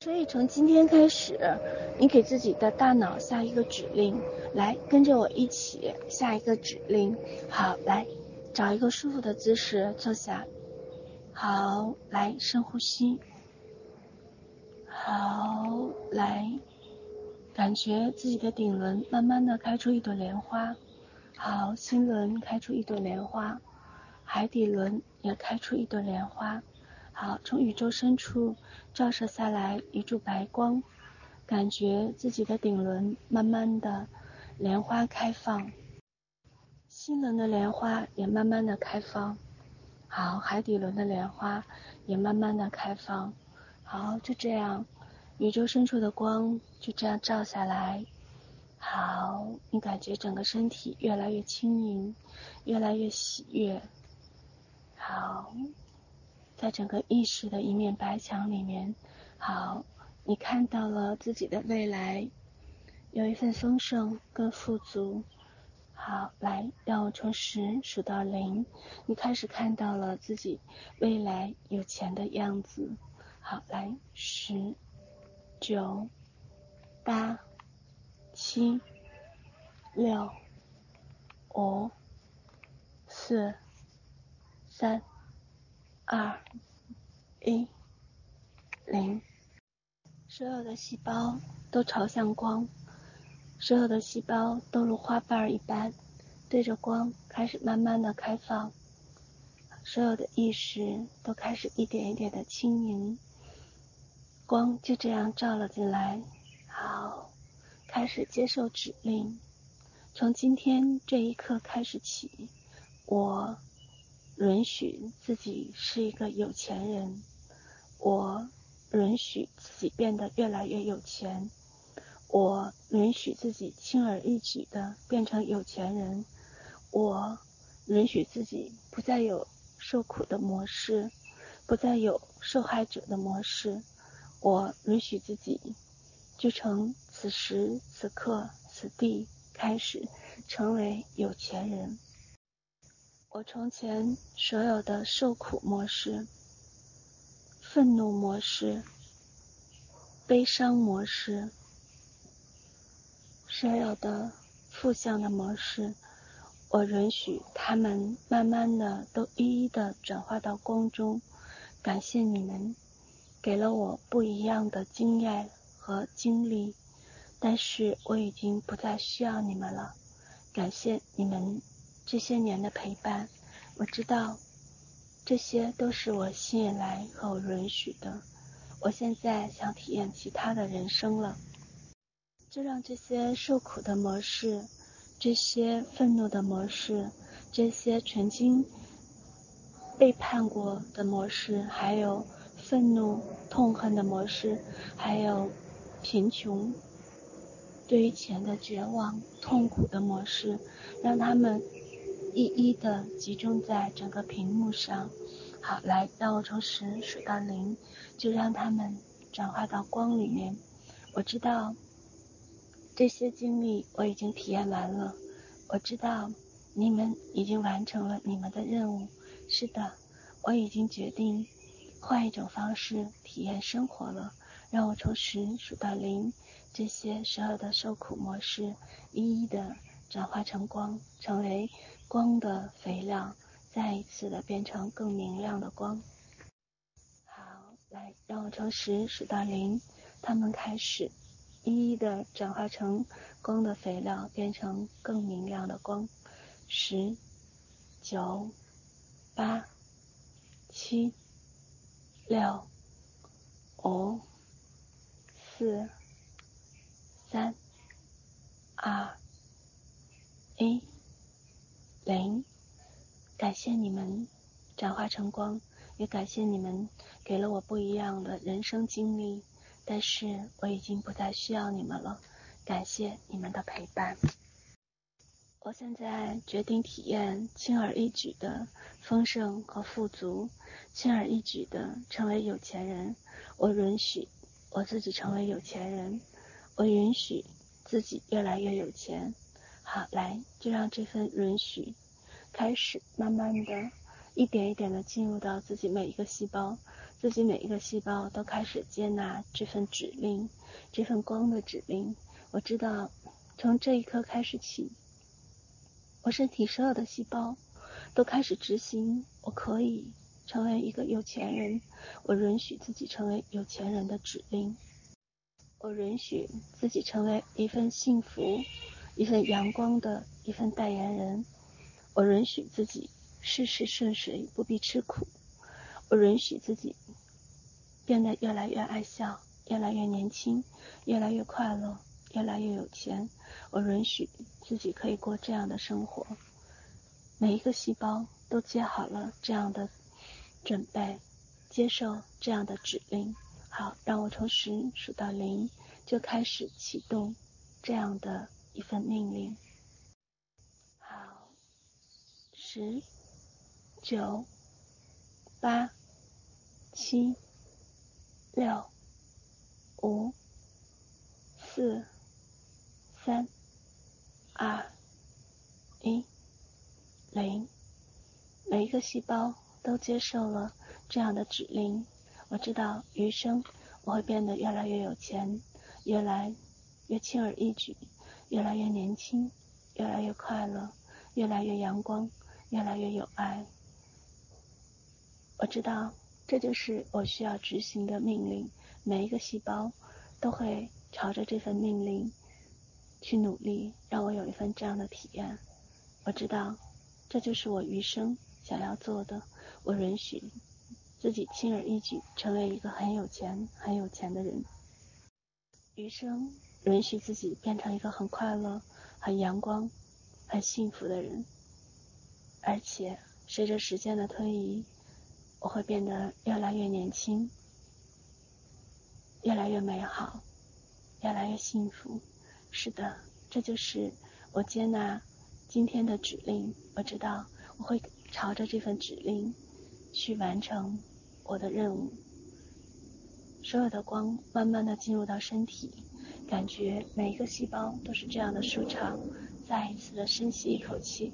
所以从今天开始，你给自己的大脑下一个指令，来跟着我一起下一个指令。好，来找一个舒服的姿势坐下。好，来深呼吸。好，来感觉自己的顶轮慢慢的开出一朵莲花。好，心轮开出一朵莲花，海底轮也开出一朵莲花。好，从宇宙深处照射下来一束白光，感觉自己的顶轮慢慢的莲花开放，心轮的莲花也慢慢的开放。好，海底轮的莲花也慢慢的开放。好，就这样，宇宙深处的光就这样照下来。好，你感觉整个身体越来越轻盈，越来越喜悦。好，在整个意识的一面白墙里面，好，你看到了自己的未来，有一份丰盛跟富足。好，来，让我从10数到0，你开始看到了自己未来有钱的样子。好，来，10、9、8、7、6、5、4、3、2、1、0。所有的细胞都朝向光，所有的细胞都如花瓣一般，对着光开始慢慢的开放。所有的意识都开始一点一点的轻盈，光就这样照了进来。好，开始接受指令。从今天这一刻开始起，我允许自己是一个有钱人，我允许自己变得越来越有钱，我允许自己轻而易举的变成有钱人，我允许自己不再有受苦的模式，不再有受害者的模式，我允许自己就从此时此刻此地开始成为有钱人。我从前所有的受苦模式、愤怒模式、悲伤模式，所有的负向的模式，我允许它们慢慢的都一一的转化到光中。感谢你们给了我不一样的经验和经历，但是我已经不再需要你们了。感谢你们这些年的陪伴，我知道这些都是我吸引来和我允许的。我现在想体验其他的人生了，就让这些受苦的模式，这些愤怒的模式，这些曾经背叛过的模式，还有愤怒痛恨的模式，还有贫穷对于钱的绝望痛苦的模式，让他们一一的集中在整个屏幕上。好，来，让我从10数到0，就让他们转化到光里面。我知道这些经历我已经体验完了，我知道你们已经完成了你们的任务。是的，我已经决定换一种方式体验生活了。让我从10数到0，这些所有的受苦模式一一的转化成光，成为光的肥料，再一次的变成更明亮的光。好，来，让我从10数到0，他们开始一一的转化成光的肥料，变成更明亮的光。10、9、8、7、6、5、4、3、2、1、0。感谢你们转化成光，也感谢你们给了我不一样的人生经历，但是我已经不再需要你们了。感谢你们的陪伴。我现在决定体验轻而易举的丰盛和富足，轻而易举的成为有钱人。我允许我自己成为有钱人，我允许自己越来越有钱。好，来，就让这份允许开始慢慢的一点一点的进入到自己每一个细胞， 自己每一个细胞都开始接纳这份指令，这份光的指令。我知道从这一刻开始起，我身体所有的细胞都开始执行我可以成为一个有钱人，我允许自己成为有钱人的指令，我允许自己成为一份幸福、一份阳光的一份代言人，我允许自己事事顺遂，不必吃苦，我允许自己变得越来越爱笑，越来越年轻，越来越快乐，越来越有钱，我允许自己可以过这样的生活。每一个细胞都接好了这样的准备，接受这样的指令。好，让我从10数到0，就开始启动这样的一份命令。好，10、9、8、7、6、5、4、3、2、1、0。每一个细胞都接受了这样的指令。我知道余生我会变得越来越有钱，越来越轻而易举，越来越年轻，越来越快乐，越来越阳光，越来越有爱。我知道这就是我需要执行的命令，每一个细胞都会朝着这份命令去努力，让我有一份这样的体验。我知道这就是我余生想要做的，我允许自己轻而易举成为一个很有钱的人，余生允许自己变成一个很快乐、很阳光、很幸福的人。而且随着时间的推移，我会变得越来越年轻，越来越美好，越来越幸福。是的，这就是我接纳今天的指令。我知道我会朝着这份指令去完成我的任务。所有的光慢慢的进入到身体，感觉每一个细胞都是这样的舒畅。再一次的深吸一口气。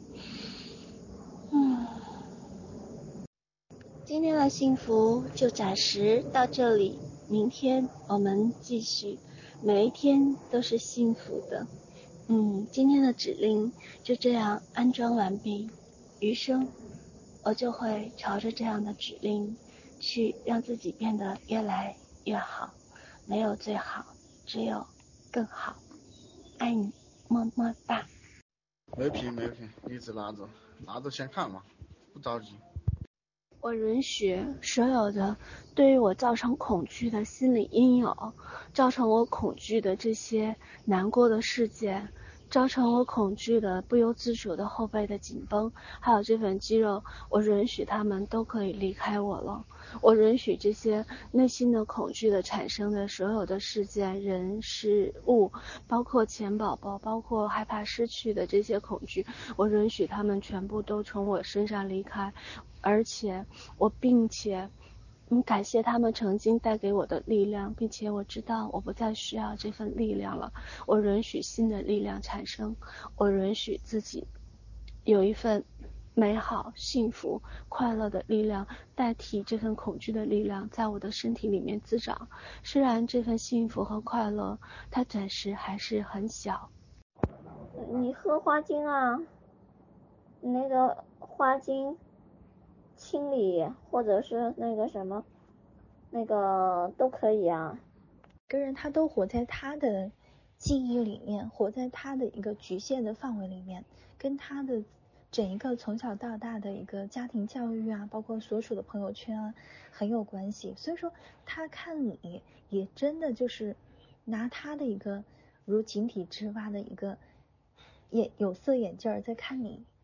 今天的幸福就暂时到这里，明天我们继续，每一天都是幸福的。今天的指令就这样安装完毕，余生我就会朝着这样的指令去让自己变得越来越好，没有最好，只有更好。爱你，么么哒。 没有评，你一直拿着先看嘛，不着急。 我允许所有的对于我造成恐惧的心理阴影，造成我恐惧的这些难过的事件，造成我恐惧的不由自主的后背的紧绷，还有这份肌肉，我允许他们都可以离开我了。我允许这些内心的恐惧的产生的所有的事件、人、事物，包括钱宝宝，包括害怕失去的这些恐惧，我允许他们全部都从我身上离开。而且并且感谢他们曾经带给我的力量，并且我知道我不再需要这份力量了。我允许新的力量产生，我允许自己有一份美好、幸福、快乐的力量代替这份恐惧的力量在我的身体里面滋长。虽然这份幸福和快乐它暂时还是很小。 你喝花精啊，那个花精清理或者是那个什么那个都可以啊。 每个人他都活在他的记忆里面，活在他的一个局限的范围里面，跟他的整一个从小到大的一个家庭教育啊，包括所属的朋友圈啊，很有关系。所以说他看你也真的就是拿他的一个如井底之蛙的一个有色眼镜在看你，